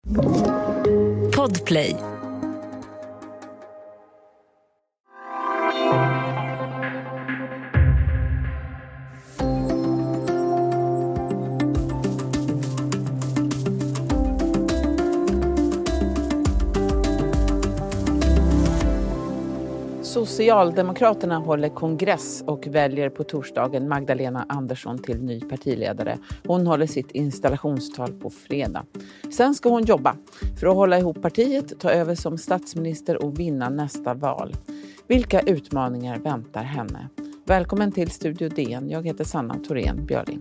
Podplay. Socialdemokraterna håller kongress och väljer på torsdagen Magdalena Andersson till ny partiledare. Hon håller sitt installationstal på fredag. Sen ska hon jobba för att hålla ihop partiet, ta över som statsminister och vinna nästa val. Vilka utmaningar väntar henne? Välkommen till Studio DN. Jag heter Sanna Thorén Björling.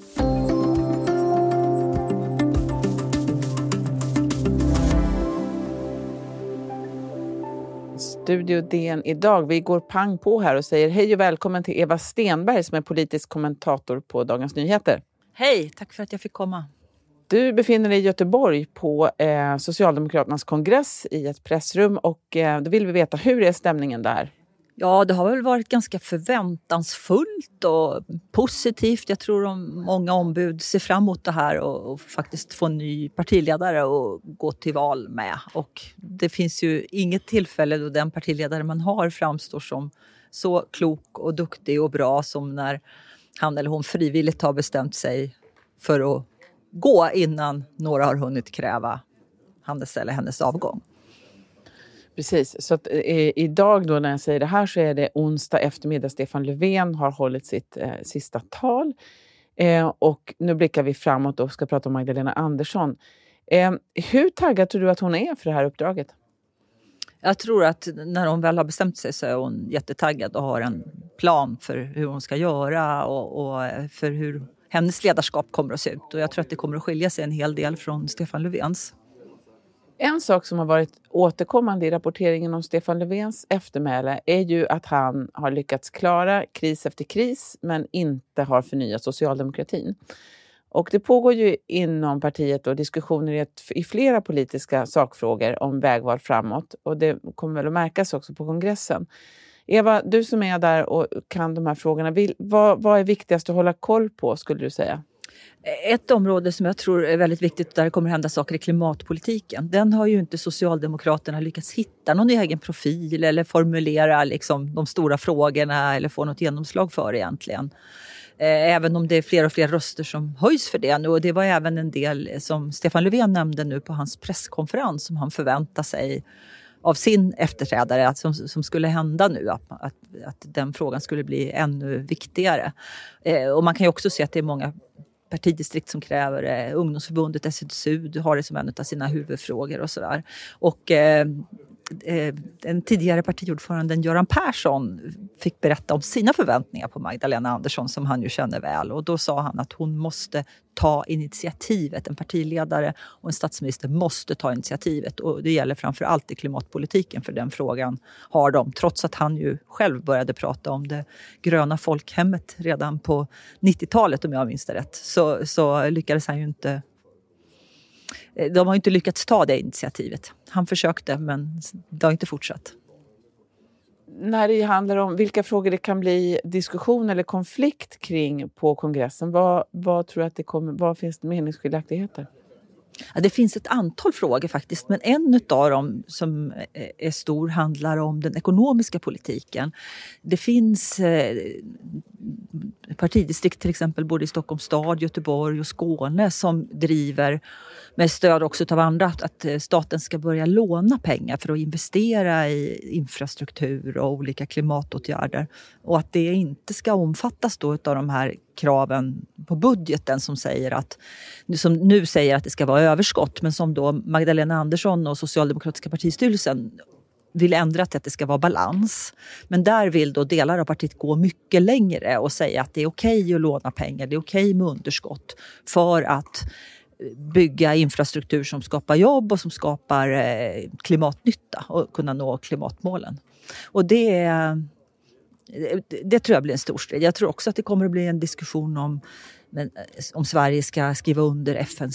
Studio DN idag. Vi går pang på här och säger hej och välkommen till Eva Stenberg som är politisk kommentator på Dagens Nyheter. Hej, tack för att jag fick komma. Du befinner dig i Göteborg på Socialdemokraternas kongress i ett pressrum och då vill vi veta, hur är stämningen där? Ja, det har väl varit ganska förväntansfullt och positivt. Jag tror många ombud ser fram emot det här och faktiskt få en ny partiledare och gå till val med. Och det finns ju inget tillfälle då den partiledare man har framstår som så klok och duktig och bra som när han eller hon frivilligt har bestämt sig för att gå innan några har hunnit kräva hans eller hennes avgång. Precis, så att, idag då när jag säger det här så är det onsdag eftermiddag. Stefan Löfven har hållit sitt sista tal och nu blickar vi framåt och ska prata om Magdalena Andersson. Hur taggad tror du att hon är för det här uppdraget? Jag tror att när hon väl har bestämt sig så är hon jättetaggad och har en plan för hur hon ska göra och för hur hennes ledarskap kommer att se ut. Och jag tror att det kommer att skilja sig en hel del från Stefan Löfvens. En sak som har varit återkommande i rapporteringen om Stefan Löfvens eftermäle är ju att han har lyckats klara kris efter kris men inte har förnyat socialdemokratin. Och det pågår ju inom partiet och diskussioner i flera politiska sakfrågor om vägval framåt och det kommer väl att märkas också på kongressen. Eva, du som är där och kan de här frågorna, vad är viktigast att hålla koll på skulle du säga? Ett område som jag tror är väldigt viktigt där det kommer hända saker i klimatpolitiken. Den har ju inte Socialdemokraterna lyckats hitta någon egen profil eller formulera liksom de stora frågorna eller få något genomslag för egentligen. Även om det är fler och fler röster som höjs för det. Och det var även en del som Stefan Löfven nämnde nu på hans presskonferens som han förväntar sig av sin efterträdare som skulle hända nu, att den frågan skulle bli ännu viktigare. Och man kan ju också se att det är många partidistrikt som kräver ungdomsförbundet SSU har det som en av sina huvudfrågor och sådär. Och den tidigare partiordföranden Göran Persson fick berätta om sina förväntningar på Magdalena Andersson som han ju känner väl. Och då sa han att hon måste ta initiativet. En partiledare och en statsminister måste ta initiativet. Och det gäller framförallt i klimatpolitiken för den frågan har de. Trots att han ju själv började prata om det gröna folkhemmet redan på 90-talet om jag minns det rätt. Så lyckades han ju inte. De har inte lyckats ta det initiativet. Han försökte men det har inte fortsatt. När det handlar om vilka frågor det kan bli diskussion eller konflikt kring på kongressen, vad tror du att det kommer, vad finns det meningsskiljaktigheter? Ja, det finns ett antal frågor faktiskt, men en av dem som är stor handlar om den ekonomiska politiken. Det finns partidistrikt till exempel både i Stockholms stad, Göteborg och Skåne som driver med stöd också av andra att staten ska börja låna pengar för att investera i infrastruktur och olika klimatåtgärder. Och att det inte ska omfattas då av de här kraven på budgeten som nu säger att det ska vara överskott. Men som då Magdalena Andersson och Socialdemokratiska partistyrelsen vill ändra till att det ska vara balans. Men där vill då delar av partiet gå mycket längre och säga att det är okej att låna pengar, det är okej med underskott för att bygga infrastruktur som skapar jobb och som skapar klimatnytta och kunna nå klimatmålen. Och det tror jag blir en stor strid. Jag tror också att det kommer att bli en diskussion om om Sverige ska skriva under FNs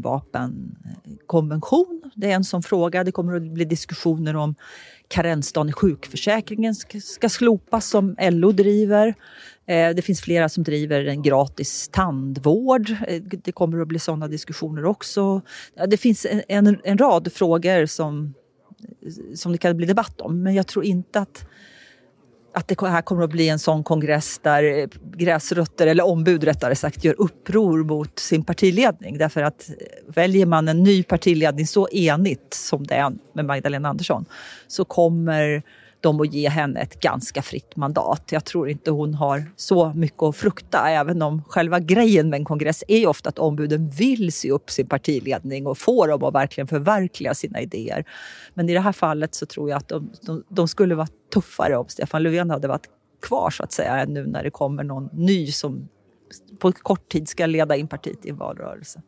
kärnvapenkonvention. Det är en sån fråga. Det kommer att bli diskussioner om karensdagen i sjukförsäkringen ska slopas som LO driver. Det finns flera som driver en gratis tandvård. Det kommer att bli sådana diskussioner också. Det finns en rad frågor som det kan bli debatt om. Men jag tror inte att det här kommer att bli en sån kongress där gräsrötter eller ombud rättare sagt gör uppror mot sin partiledning. Därför att väljer man en ny partiledning så enigt som det är med Magdalena Andersson så kommer de att ge henne ett ganska fritt mandat. Jag tror inte hon har så mycket att frukta, även om själva grejen med en kongress är ju ofta att ombuden vill se upp sin partiledning och få dem att verkligen förverkliga sina idéer. Men i det här fallet så tror jag att de skulle vara tuffare om Stefan Löfven hade varit kvar så att säga nu när det kommer någon ny som på kort tid ska leda in partiet i valrörelsen.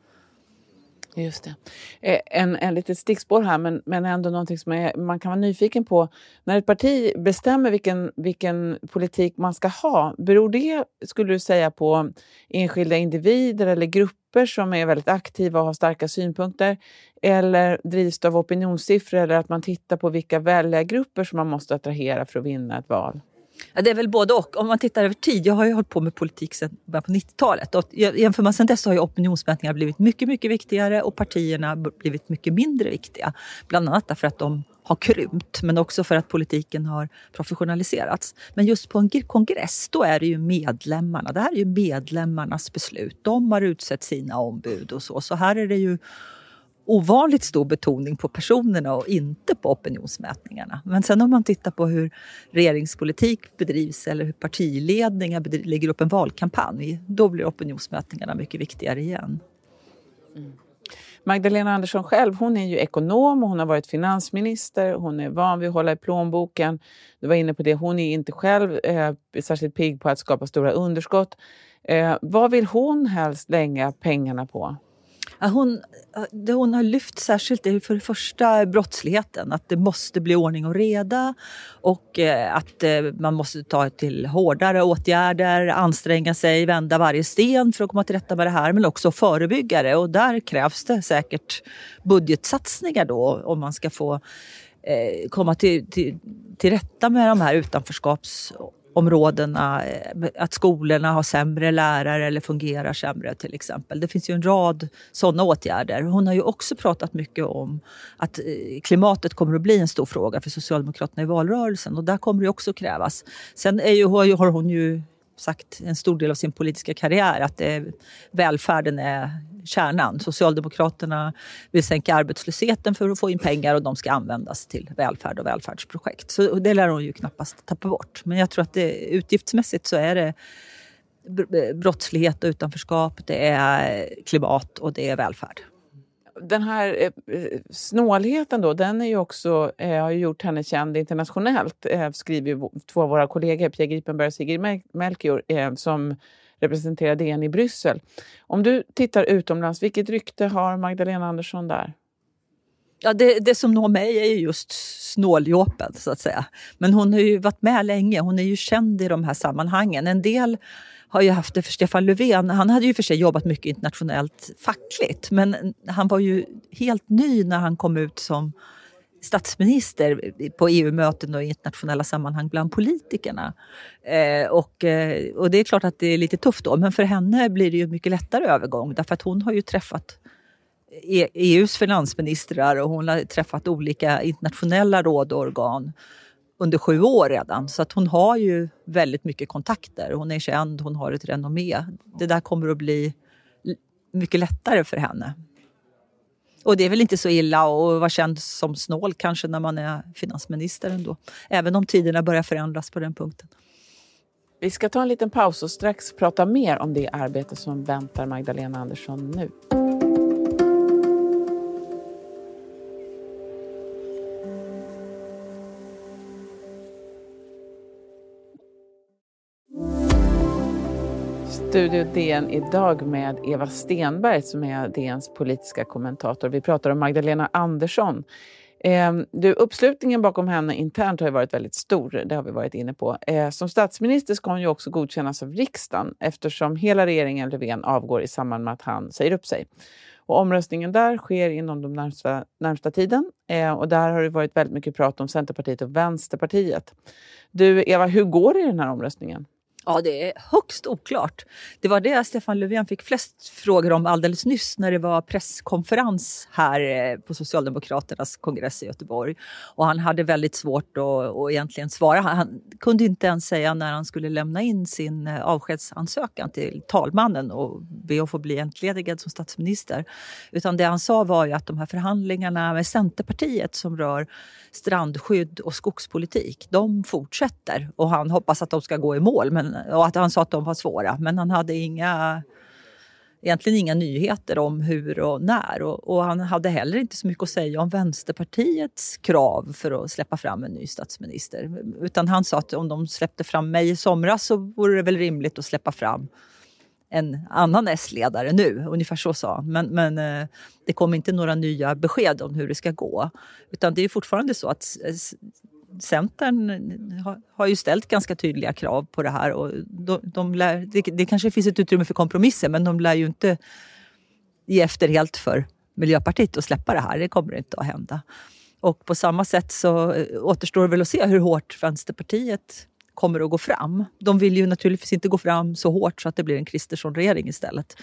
Just det. En litet stickspår här, men ändå någonting som man kan vara nyfiken på. När ett parti bestämmer vilken politik man ska ha, beror det, skulle du säga, på enskilda individer eller grupper som är väldigt aktiva och har starka synpunkter? Eller drivs det av opinionssiffror eller att man tittar på vilka väljargrupper som man måste attrahera för att vinna ett val? Ja, det är väl både och. Om man tittar över tid, jag har ju hållit på med politik sedan början på 90-talet. Och jämför man sedan dess så har ju opinionsmätningar blivit mycket, mycket viktigare och partierna blivit mycket mindre viktiga. Bland annat därför att de har krympt, men också för att politiken har professionaliserats. Men just på en kongress, då är det ju medlemmarna. Det här är ju medlemmarnas beslut. De har utsett sina ombud och så. Så här är det ju ovanligt stor betoning på personerna och inte på opinionsmätningarna. Men sen om man tittar på hur regeringspolitik bedrivs eller hur partiledningar lägger upp en valkampanj, då blir opinionsmätningarna mycket viktigare igen. Mm. Magdalena Andersson själv, hon är ju ekonom och hon har varit finansminister. Hon är van vid att hålla i plånboken. Du var inne på det, hon är inte själv särskilt pigg på att skapa stora underskott. Vad vill hon helst lägga pengarna på? Det hon har lyft särskilt är för det första brottsligheten. Att det måste bli ordning och reda och att man måste ta till hårdare åtgärder, anstränga sig, vända varje sten för att komma till rätta med det här. Men också förebygga det och där krävs det säkert budgetsatsningar då om man ska få komma till rätta med de här utanförskapsområdena, att skolorna har sämre lärare eller fungerar sämre till exempel. Det finns ju en rad sådana åtgärder. Hon har ju också pratat mycket om att klimatet kommer att bli en stor fråga för Socialdemokraterna i valrörelsen och där kommer det också krävas. Sen har hon ju sagt en stor del av sin politiska karriär att välfärden är kärnan. Socialdemokraterna vill sänka arbetslösheten för att få in pengar och de ska användas till välfärd och välfärdsprojekt. Så det lär hon ju knappast tappa bort. Men jag tror att utgiftsmässigt så är det brottslighet och utanförskap, det är klimat och det är välfärd. Den här snålheten då, den är ju också, har ju gjort henne känd internationellt, skriver ju två av våra kollegor, Pia Gripenberg och Sigrid Melchior, som representerar DN i Bryssel. Om du tittar utomlands, vilket rykte har Magdalena Andersson där? Ja, det som når mig är ju just snåljåpen så att säga. Men hon har ju varit med länge, hon är ju känd i de här sammanhangen. En del har ju haft det för Stefan Löfven. Han hade ju för sig jobbat mycket internationellt fackligt. Men han var ju helt ny när han kom ut som statsminister på EU-möten och internationella sammanhang bland politikerna. Och det är klart att det är lite tufft då. Men för henne blir det ju mycket lättare övergång. Därför att hon har ju träffat EUs finansministrar och hon har träffat olika internationella råd och organ under 7 år redan. Så att hon har ju väldigt mycket kontakter. Hon är känd, hon har ett renommé. Det där kommer att bli mycket lättare för henne. Och det är väl inte så illa att vara känd som snål kanske när man är finansminister ändå. Även om tiderna börjar förändras på den punkten. Vi ska ta en liten paus och strax prata mer om det arbete som väntar Magdalena Andersson nu. Studio DN idag med Eva Stenberg som är DNs politiska kommentator. Vi pratar om Magdalena Andersson. Uppslutningen bakom henne internt har ju varit väldigt stor, det har vi varit inne på. Som statsminister ska hon ju också godkännas av riksdagen eftersom hela regeringen Löfven avgår i samband med att han säger upp sig. Och omröstningen där sker inom de närmsta tiden och där har det varit väldigt mycket prat om Centerpartiet och Vänsterpartiet. Du Eva, hur går det i den här omröstningen? Ja, det är högst oklart. Det var det Stefan Löfven fick flest frågor om alldeles nyss när det var presskonferens här på Socialdemokraternas kongress i Göteborg. Och han hade väldigt svårt att egentligen svara. Han kunde inte ens säga när han skulle lämna in sin avskedsansökan till talmannen och be att få bli entledigad som statsminister. Utan det han sa var ju att de här förhandlingarna med Centerpartiet som rör strandskydd och skogspolitik, de fortsätter. Och han hoppas att de ska gå i mål, och att han sa att de var svåra. Men han hade egentligen inga nyheter om hur och när. Och han hade heller inte så mycket att säga om Vänsterpartiets krav för att släppa fram en ny statsminister. Utan han sa att om de släppte fram mig i somras så vore det väl rimligt att släppa fram en annan S-ledare nu. Ungefär så sa han. Men det kom inte några nya besked om hur det ska gå. Utan det är fortfarande så att Centern har ju ställt ganska tydliga krav på det här. Och det kanske finns ett utrymme för kompromisser, men de lär ju inte ge efter helt för Miljöpartiet att släppa det här. Det kommer inte att hända. Och på samma sätt så återstår det väl att se hur hårt Vänsterpartiet kommer att gå fram. De vill ju naturligtvis inte gå fram så hårt så att det blir en Kristersson-regering istället.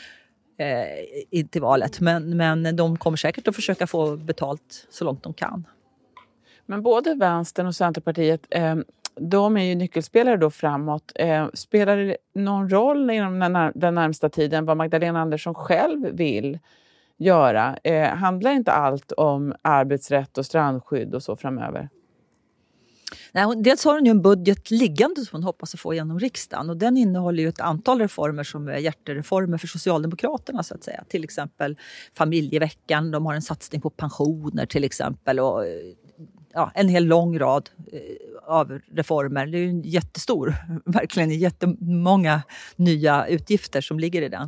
Inte valet. Men de kommer säkert att försöka få betalt så långt de kan. Men både Vänstern och Centerpartiet, de är ju nyckelspelare då framåt. Spelar det någon roll inom den närmsta tiden vad Magdalena Andersson själv vill göra? Handlar inte allt om arbetsrätt och strandskydd och så framöver? Nej, dels har hon ju en budget liggande som hon hoppas att få genom riksdagen. Och den innehåller ju ett antal reformer som är hjärtereformer för Socialdemokraterna så att säga. Till exempel familjeveckan, de har en satsning på pensioner till exempel. Och en hel lång rad av reformer. Det är ju en jättestor, verkligen jättemånga nya utgifter som ligger i den.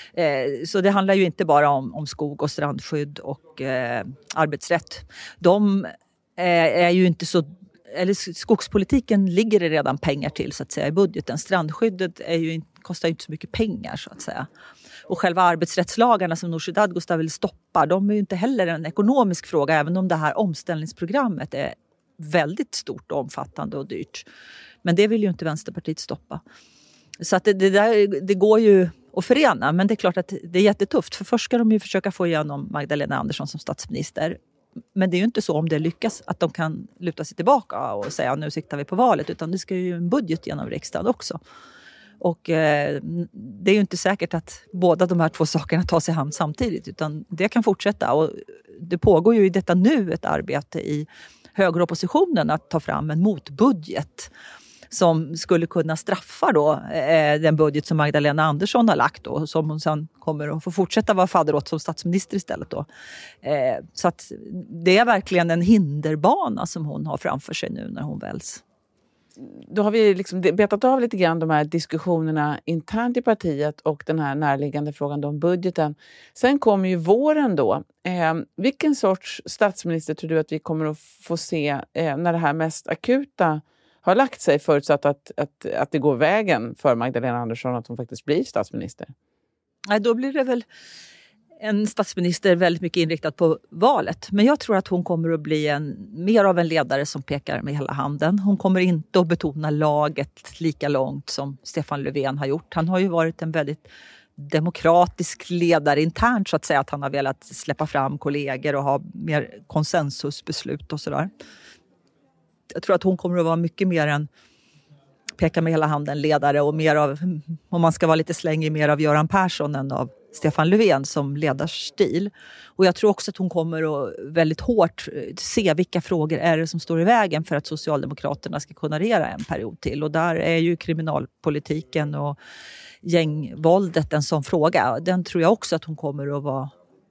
Så det handlar ju inte bara om skog och strandskydd och arbetsrätt. De är ju inte så... Eller skogspolitiken ligger det redan pengar till så att säga i budgeten. Strandskyddet kostar ju inte så mycket pengar så att säga. Och själva arbetsrättslagarna som Nooshi Dadgostar vill stoppa, de är ju inte heller en ekonomisk fråga även om det här omställningsprogrammet är väldigt stort och omfattande och dyrt. Men det vill ju inte Vänsterpartiet stoppa. Så att det går ju att förena, men det är klart att det är jättetufft. För först ska de ju försöka få igenom Magdalena Andersson som statsminister. Men det är ju inte så om det lyckas att de kan luta sig tillbaka och säga nu siktar vi på valet. Utan det ska ju en budget genom riksdagen också. Och det är ju inte säkert att båda de här två sakerna tar sig hand samtidigt. Utan det kan fortsätta. Och det pågår ju i detta nu ett arbete i högeroppositionen att ta fram en motbudget. Som skulle kunna straffa då den budget som Magdalena Andersson har lagt då, som hon sen kommer att få fortsätta vara fadder åt som statsminister istället då. Så att det är verkligen en hinderbana som hon har framför sig nu när hon väljs. Då har vi liksom betat av lite grann de här diskussionerna internt i partiet och den här närliggande frågan om budgeten. Sen kommer ju våren då. Vilken sorts statsminister tror du att vi kommer att få se när det här mest akuta har lagt sig, förutsatt att det går vägen för Magdalena Andersson att hon faktiskt blir statsminister? Nej, då blir det väl en statsminister väldigt mycket inriktad på valet. Men jag tror att hon kommer att bli mer av en ledare som pekar med hela handen. Hon kommer inte att betona laget lika långt som Stefan Löfven har gjort. Han har ju varit en väldigt demokratisk ledare internt så att säga. Att han har velat släppa fram kollegor och ha mer konsensusbeslut och sådär. Jag tror att hon kommer att vara mycket mer än peka med hela handen ledare och mer av, om man ska vara lite slängig, mer av Göran Persson än av Stefan Löfven som ledarstil. Och jag tror också att hon kommer att väldigt hårt se vilka frågor är det som står i vägen för att Socialdemokraterna ska kunna regera en period till. Och där är ju kriminalpolitiken och gängvåldet en sån fråga. Den tror jag också att hon kommer att vara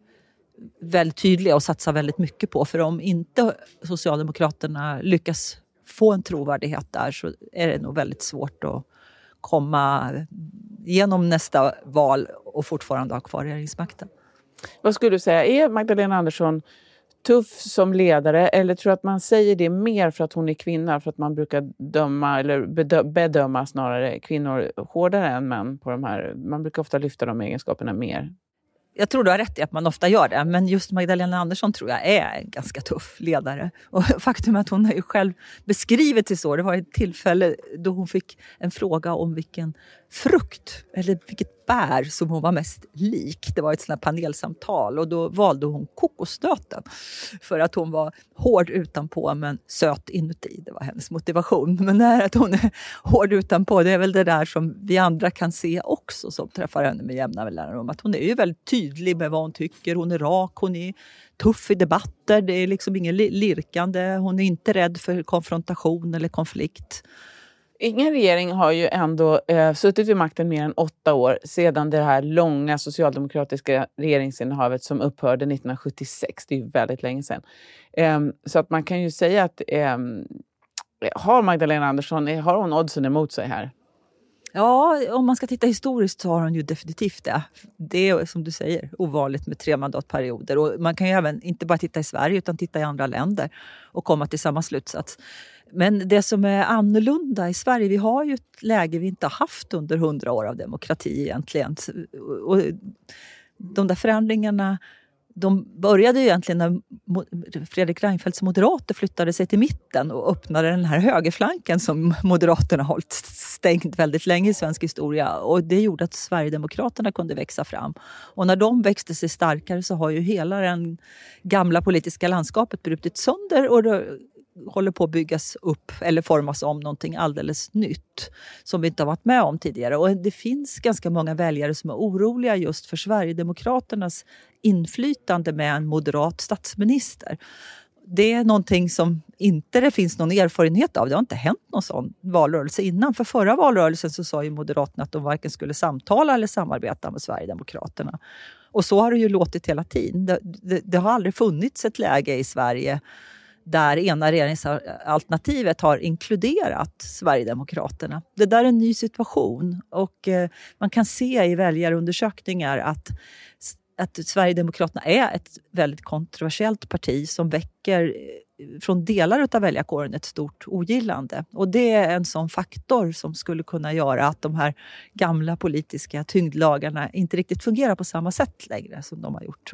väldigt tydliga och satsa väldigt mycket på. För om inte Socialdemokraterna lyckas få en trovärdighet där så är det nog väldigt svårt att komma igenom nästa val och fortfarande ha kvar regeringsmakten. Vad skulle du säga, är Magdalena Andersson tuff som ledare, eller tror att man säger det mer för att hon är kvinna, för att man brukar döma eller bedöma snarare kvinnor hårdare än män på de här, man brukar ofta lyfta de egenskaperna mer? Jag tror du har rätt i att man ofta gör det, men just Magdalena Andersson tror jag är en ganska tuff ledare. Och faktum är att hon har ju själv beskrivit det så. Det var ett tillfälle då hon fick en fråga om vilken frukt eller vilket bär som hon var mest lik. Det var ett sånt här panelsamtal och då valde hon kokosnöten för att hon var hård utanpå men söt inuti. Det var hennes motivation. Men det här att hon är hård utanpå, det är väl det där som vi andra kan se också som träffar henne med jämna mellanrum. Att hon är ju väldigt tydlig med vad hon tycker. Hon är rak, hon är tuff i debatter. Det är liksom ingen lirkande. Hon är inte rädd för konfrontation eller konflikt. Ingen regering har ju ändå suttit vid makten mer än 8 år sedan det här långa socialdemokratiska regeringsinnehavet som upphörde 1976. Det är ju väldigt länge sedan. Så att man kan ju säga att har Magdalena Andersson, har hon oddsen emot sig här? Ja, om man ska titta historiskt så har hon ju definitivt det. Det är som du säger ovanligt med 3 mandatperioder. Och man kan ju även inte bara titta i Sverige utan titta i andra länder och komma till samma slutsats. Men det som är annorlunda i Sverige, vi har ju ett läge vi inte har haft under 100 år av demokrati egentligen. Och de där förändringarna, de började ju egentligen när Fredrik Reinfeldts moderater flyttade sig till mitten och öppnade den här högerflanken som Moderaterna har hållit stängt väldigt länge i svensk historia. Och det gjorde att Sverigedemokraterna kunde växa fram. Och när de växte sig starkare så har ju hela den gamla politiska landskapet brutit sönder och det håller på att byggas upp eller formas om någonting alldeles nytt som vi inte har varit med om tidigare. Och det finns ganska många väljare som är oroliga just för Sverigedemokraternas inflytande med en moderat statsminister. Det är någonting som inte det finns någon erfarenhet av. Det har inte hänt någon sån valrörelse innan. För förra valrörelsen så sa ju Moderaterna att de varken skulle samtala eller samarbeta med Sverigedemokraterna. Och så har det ju låtit hela tiden. Det har aldrig funnits ett läge i Sverige där ena regeringsalternativet har inkluderat Sverigedemokraterna. Det där är en ny situation och man kan se i väljarundersökningar att Sverigedemokraterna är ett väldigt kontroversiellt parti som väcker från delar av väljarkåren ett stort ogillande. Och det är en sån faktor som skulle kunna göra att de här gamla politiska tyngdlagarna inte riktigt fungerar på samma sätt längre som de har gjort.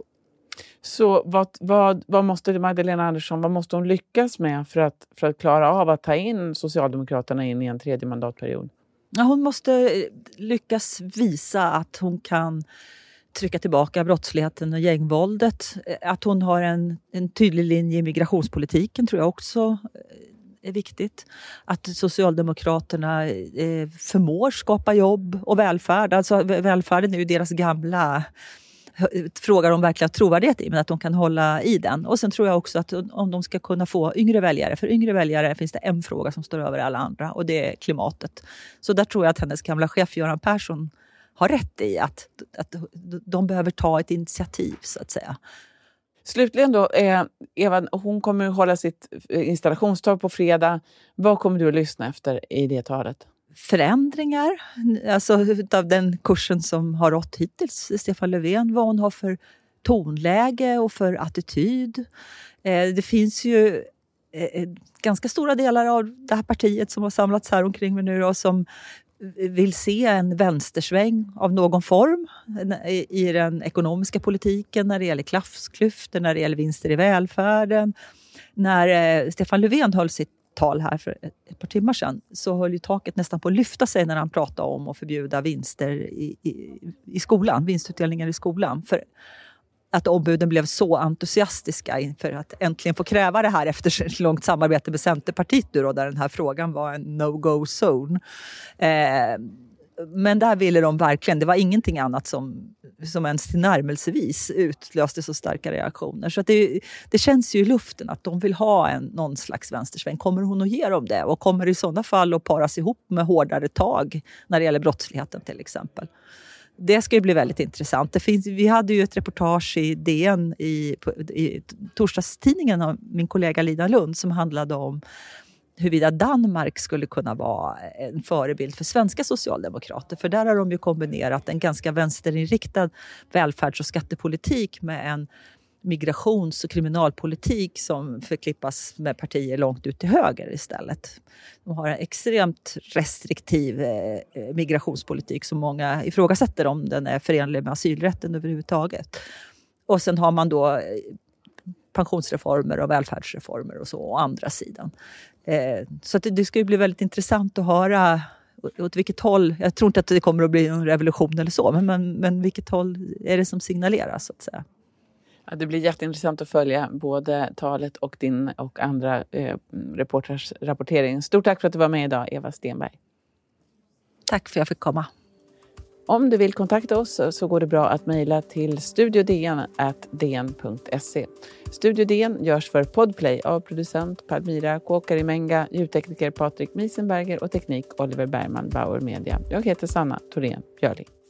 Så vad måste Magdalena Andersson, vad måste hon lyckas med för att klara av att ta in Socialdemokraterna in i en 3:e mandatperiod? Ja, hon måste lyckas visa att hon kan trycka tillbaka brottsligheten och gängvåldet. Att hon har en tydlig linje i migrationspolitiken tror jag också är viktigt. Att Socialdemokraterna förmår skapa jobb och välfärd. Alltså välfärden är ju deras gamla frågar de verkligen trovärdighet i, men att de kan hålla i den. Och sen tror jag också att om de ska kunna få yngre väljare, för yngre väljare finns det en fråga som står över alla andra och det är klimatet. Så där tror jag att hennes gamla chef Göran Persson har rätt i att de behöver ta ett initiativ så att säga. Slutligen då, Eva, hon kommer att hålla sitt installationstal på fredag. Vad kommer du att lyssna efter i det talet? Förändringar, alltså av den kursen som har rått hittills, Stefan Löfven, vad hon har för tonläge och för attityd. Det finns ju ganska stora delar av det här partiet som har samlats här omkring mig nu och som vill se en vänstersväng av någon form i den ekonomiska politiken, när det gäller klassklyftor, när det gäller vinster i välfärden. När Stefan Löfven höll sitt tal här för ett par timmar sedan så höll ju taket nästan på att lyfta sig när han pratade om att förbjuda vinster i skolan, vinstutdelningar i skolan. För att ombuden blev så entusiastiska inför att äntligen få kräva det här efter ett långt samarbete med Centerpartiet då, där den här frågan var en no-go-zone. Men där ville de verkligen, det var ingenting annat som ens till närmelsevis utlöste så starka reaktioner. Så att det känns ju i luften att de vill ha någon slags vänstersväng. Kommer hon att ge dem det? Och kommer det i sådana fall att paras ihop med hårdare tag när det gäller brottsligheten till exempel? Det ska ju bli väldigt intressant. Vi hade ju ett reportage i DN i torsdagstidningen av min kollega Lina Lund som handlade om huruvida Danmark skulle kunna vara en förebild för svenska socialdemokrater. För där har de ju kombinerat en ganska vänsterinriktad välfärds- och skattepolitik med en migrations- och kriminalpolitik som förklippas med partier långt ut till höger istället. De har en extremt restriktiv migrationspolitik som många ifrågasätter om den är förenlig med asylrätten överhuvudtaget. Och sen har man då pensionsreformer och välfärdsreformer och så å andra sidan. Så att det ska ju bli väldigt intressant att höra åt vilket håll, jag tror inte att det kommer att bli en revolution eller så, men vilket håll är det som signaleras så att säga. Ja, det blir jätteintressant att följa både talet och din och andra reporters rapportering. Stort tack för att du var med idag, Eva Stenberg. Tack för att jag fick komma. Om du vill kontakta oss så går det bra att mejla till studiodn@dn.se. Studio DN görs för Podplay av producent Palmira Kåkarimenga, ljudtekniker Patrik Miesenberger och teknik Oliver Bergman, Bauer Media. Jag heter Sanna Thorén Björling.